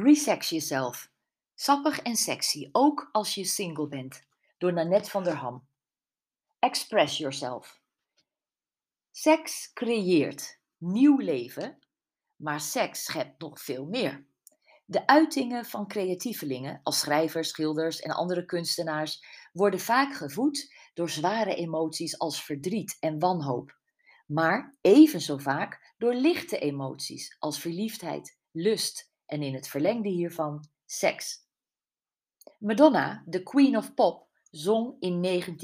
Resex jezelf. Sappig en sexy, ook als je single bent. Door Nanette van der Ham. Express yourself. Seks creëert nieuw leven, maar seks schept nog veel meer. De uitingen van creatievelingen, als schrijvers, schilders en andere kunstenaars, worden vaak gevoed door zware emoties als verdriet en wanhoop. Maar evenzo vaak door lichte emoties als verliefdheid, lust en in het verlengde hiervan seks. Madonna, de Queen of Pop, zong in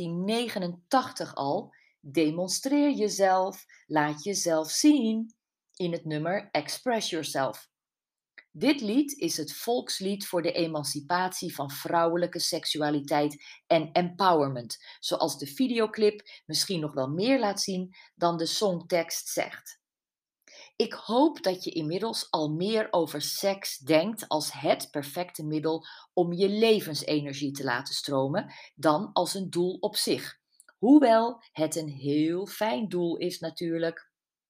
1989 al: demonstreer jezelf, laat jezelf zien, in het nummer Express Yourself. Dit lied is het volkslied voor de emancipatie van vrouwelijke seksualiteit en empowerment, zoals de videoclip misschien nog wel meer laat zien dan de songtekst zegt. Ik hoop dat je inmiddels al meer over seks denkt als het perfecte middel om je levensenergie te laten stromen dan als een doel op zich. Hoewel het een heel fijn doel is natuurlijk.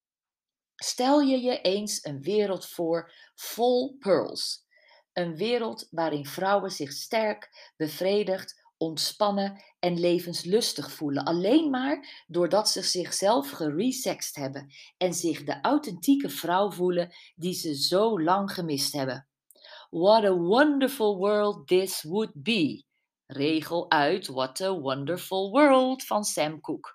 Stel je je eens een wereld voor vol pearls. Een wereld waarin vrouwen zich sterk, bevredigd, ontspannen en levenslustig voelen. Alleen maar doordat ze zichzelf geresext hebben en zich de authentieke vrouw voelen die ze zo lang gemist hebben. What a wonderful world this would be. Regel uit What a Wonderful World van Sam Cooke.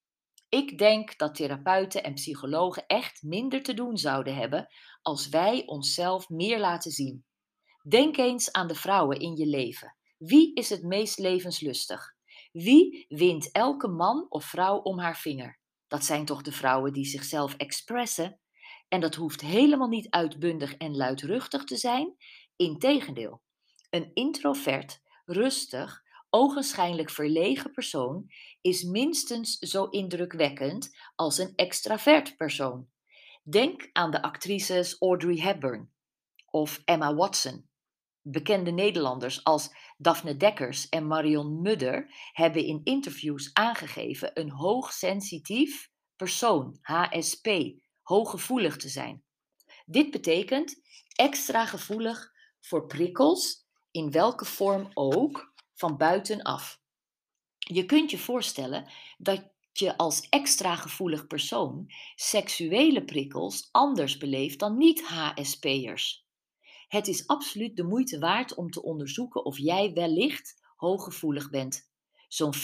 Ik denk dat therapeuten en psychologen echt minder te doen zouden hebben als wij onszelf meer laten zien. Denk eens aan de vrouwen in je leven. Wie is het meest levenslustig? Wie wint elke man of vrouw om haar vinger? Dat zijn toch de vrouwen die zichzelf expressen? En dat hoeft helemaal niet uitbundig en luidruchtig te zijn. Integendeel, een introvert, rustig, ogenschijnlijk verlegen persoon is minstens zo indrukwekkend als een extravert persoon. Denk aan de actrices Audrey Hepburn of Emma Watson. Bekende Nederlanders als Daphne Dekkers en Marion Mudder hebben in interviews aangegeven een hoogsensitief persoon, HSP, hooggevoelig te zijn. Dit betekent extra gevoelig voor prikkels, in welke vorm ook, van buitenaf. Je kunt je voorstellen dat je als extra gevoelig persoon seksuele prikkels anders beleeft dan niet-HSP'ers. Het is absoluut de moeite waard om te onderzoeken of jij wellicht hooggevoelig bent. Zo'n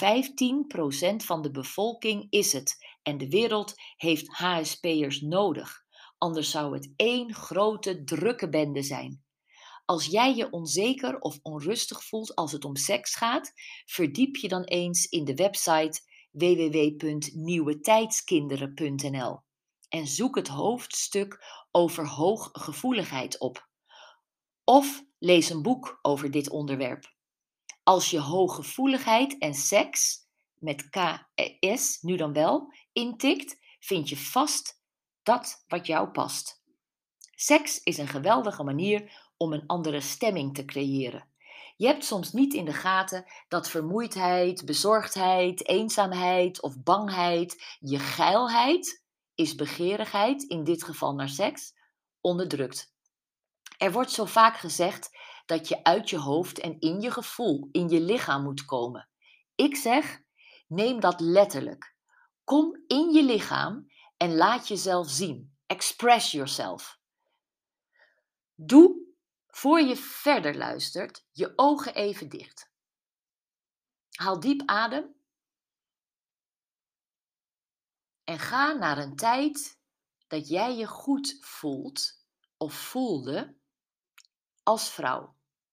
15% van de bevolking is het en de wereld heeft HSP'ers nodig. Anders zou het één grote drukke bende zijn. Als jij je onzeker of onrustig voelt als het om seks gaat, verdiep je dan eens in de website www.nieuwetijdskinderen.nl en zoek het hoofdstuk over hooggevoeligheid op. Of lees een boek over dit onderwerp. Als je hooggevoeligheid en seks, met KS nu dan wel, intikt, vind je vast dat wat jou past. Seks is een geweldige manier om een andere stemming te creëren. Je hebt soms niet in de gaten dat vermoeidheid, bezorgdheid, eenzaamheid of bangheid, je geilheid, is begeerigheid, in dit geval naar seks, onderdrukt. Er wordt zo vaak gezegd dat je uit je hoofd en in je gevoel, in je lichaam moet komen. Ik zeg, neem dat letterlijk. Kom in je lichaam en laat jezelf zien. Express yourself. Doe, voor je verder luistert, je ogen even dicht. Haal diep adem en ga naar een tijd dat jij je goed voelt of voelde als vrouw.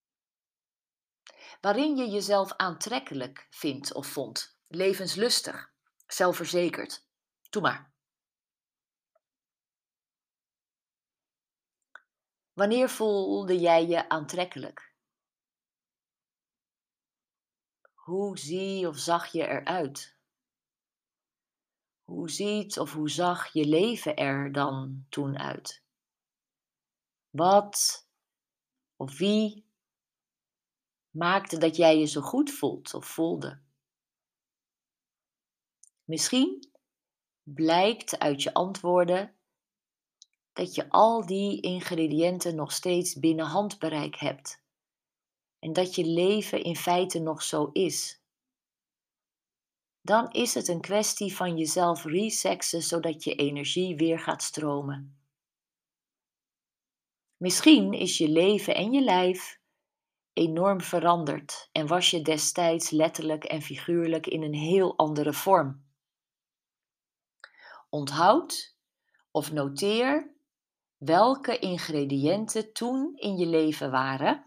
Waarin je jezelf aantrekkelijk vindt of vond, levenslustig, zelfverzekerd. Doe maar. Wanneer voelde jij je aantrekkelijk? Hoe zie of zag je eruit? Hoe ziet of hoe zag je leven er dan toen uit? Wat of wie maakte dat jij je zo goed voelt of voelde? Misschien blijkt uit je antwoorden dat je al die ingrediënten nog steeds binnen handbereik hebt. En dat je leven in feite nog zo is. Dan is het een kwestie van jezelf resexen zodat je energie weer gaat stromen. Misschien is je leven en je lijf enorm veranderd en was je destijds letterlijk en figuurlijk in een heel andere vorm. Onthoud of noteer welke ingrediënten toen in je leven waren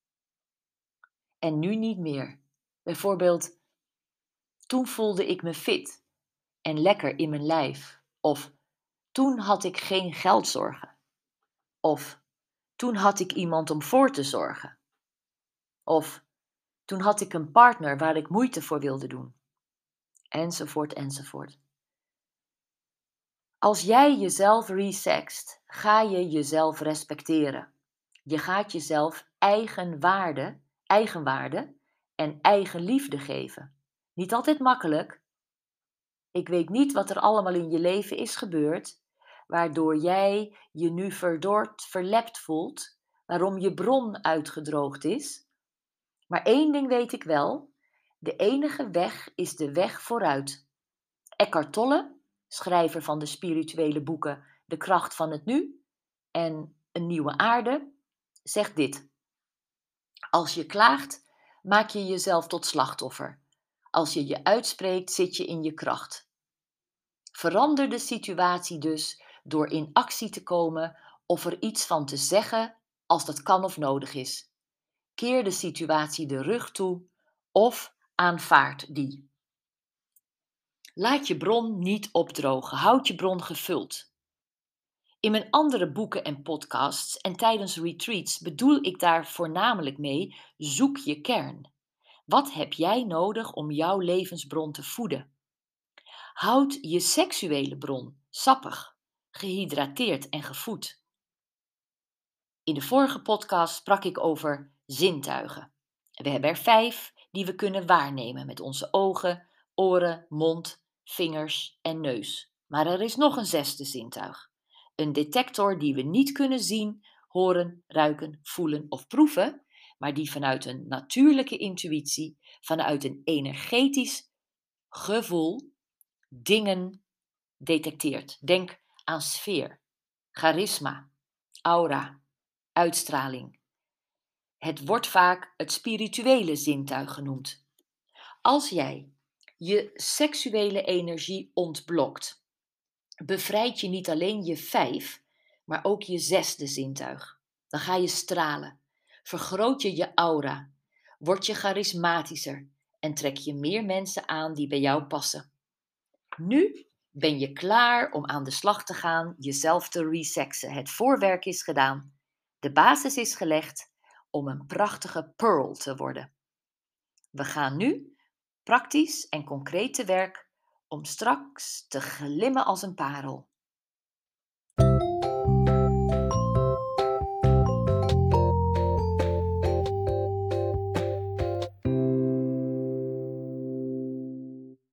en nu niet meer. Bijvoorbeeld, toen voelde ik me fit en lekker in mijn lijf. Of toen had ik geen geldzorgen. Of toen had ik iemand om voor te zorgen. Of toen had ik een partner waar ik moeite voor wilde doen. Enzovoort, enzovoort. Als jij jezelf resext, ga je jezelf respecteren. Je gaat jezelf eigenwaarde en eigenliefde geven. Niet altijd makkelijk. Ik weet niet wat er allemaal in je leven is gebeurd, waardoor jij je nu verdord, verlept voelt, waarom je bron uitgedroogd is. Maar één ding weet ik wel, de enige weg is de weg vooruit. Eckhart Tolle, schrijver van de spirituele boeken De kracht van het nu en Een nieuwe aarde, zegt dit. Als je klaagt, maak je jezelf tot slachtoffer. Als je je uitspreekt, zit je in je kracht. Verander de situatie dus door in actie te komen of er iets van te zeggen als dat kan of nodig is. Keer de situatie de rug toe of aanvaard die. Laat je bron niet opdrogen, houd je bron gevuld. In mijn andere boeken en podcasts en tijdens retreats bedoel ik daar voornamelijk mee: zoek je kern. Wat heb jij nodig om jouw levensbron te voeden? Houd je seksuele bron sappig, gehydrateerd en gevoed. In de vorige podcast sprak ik over zintuigen. We hebben er 5 die we kunnen waarnemen met onze ogen, oren, mond, vingers en neus. Maar er is nog een 6e zintuig. Een detector die we niet kunnen zien, horen, ruiken, voelen of proeven, maar die vanuit een natuurlijke intuïtie, vanuit een energetisch gevoel, dingen detecteert. Denk aan sfeer, charisma, aura, uitstraling. Het wordt vaak het spirituele zintuig genoemd. Als jij je seksuele energie ontblokt, bevrijd je niet alleen je 5, maar ook je 6e zintuig. Dan ga je stralen, vergroot je je aura, word je charismatischer en trek je meer mensen aan die bij jou passen. Nu ben je klaar om aan de slag te gaan, jezelf te resexen. Het voorwerk is gedaan, de basis is gelegd om een prachtige pearl te worden. We gaan nu praktisch en concreet te werk om straks te glimmen als een parel.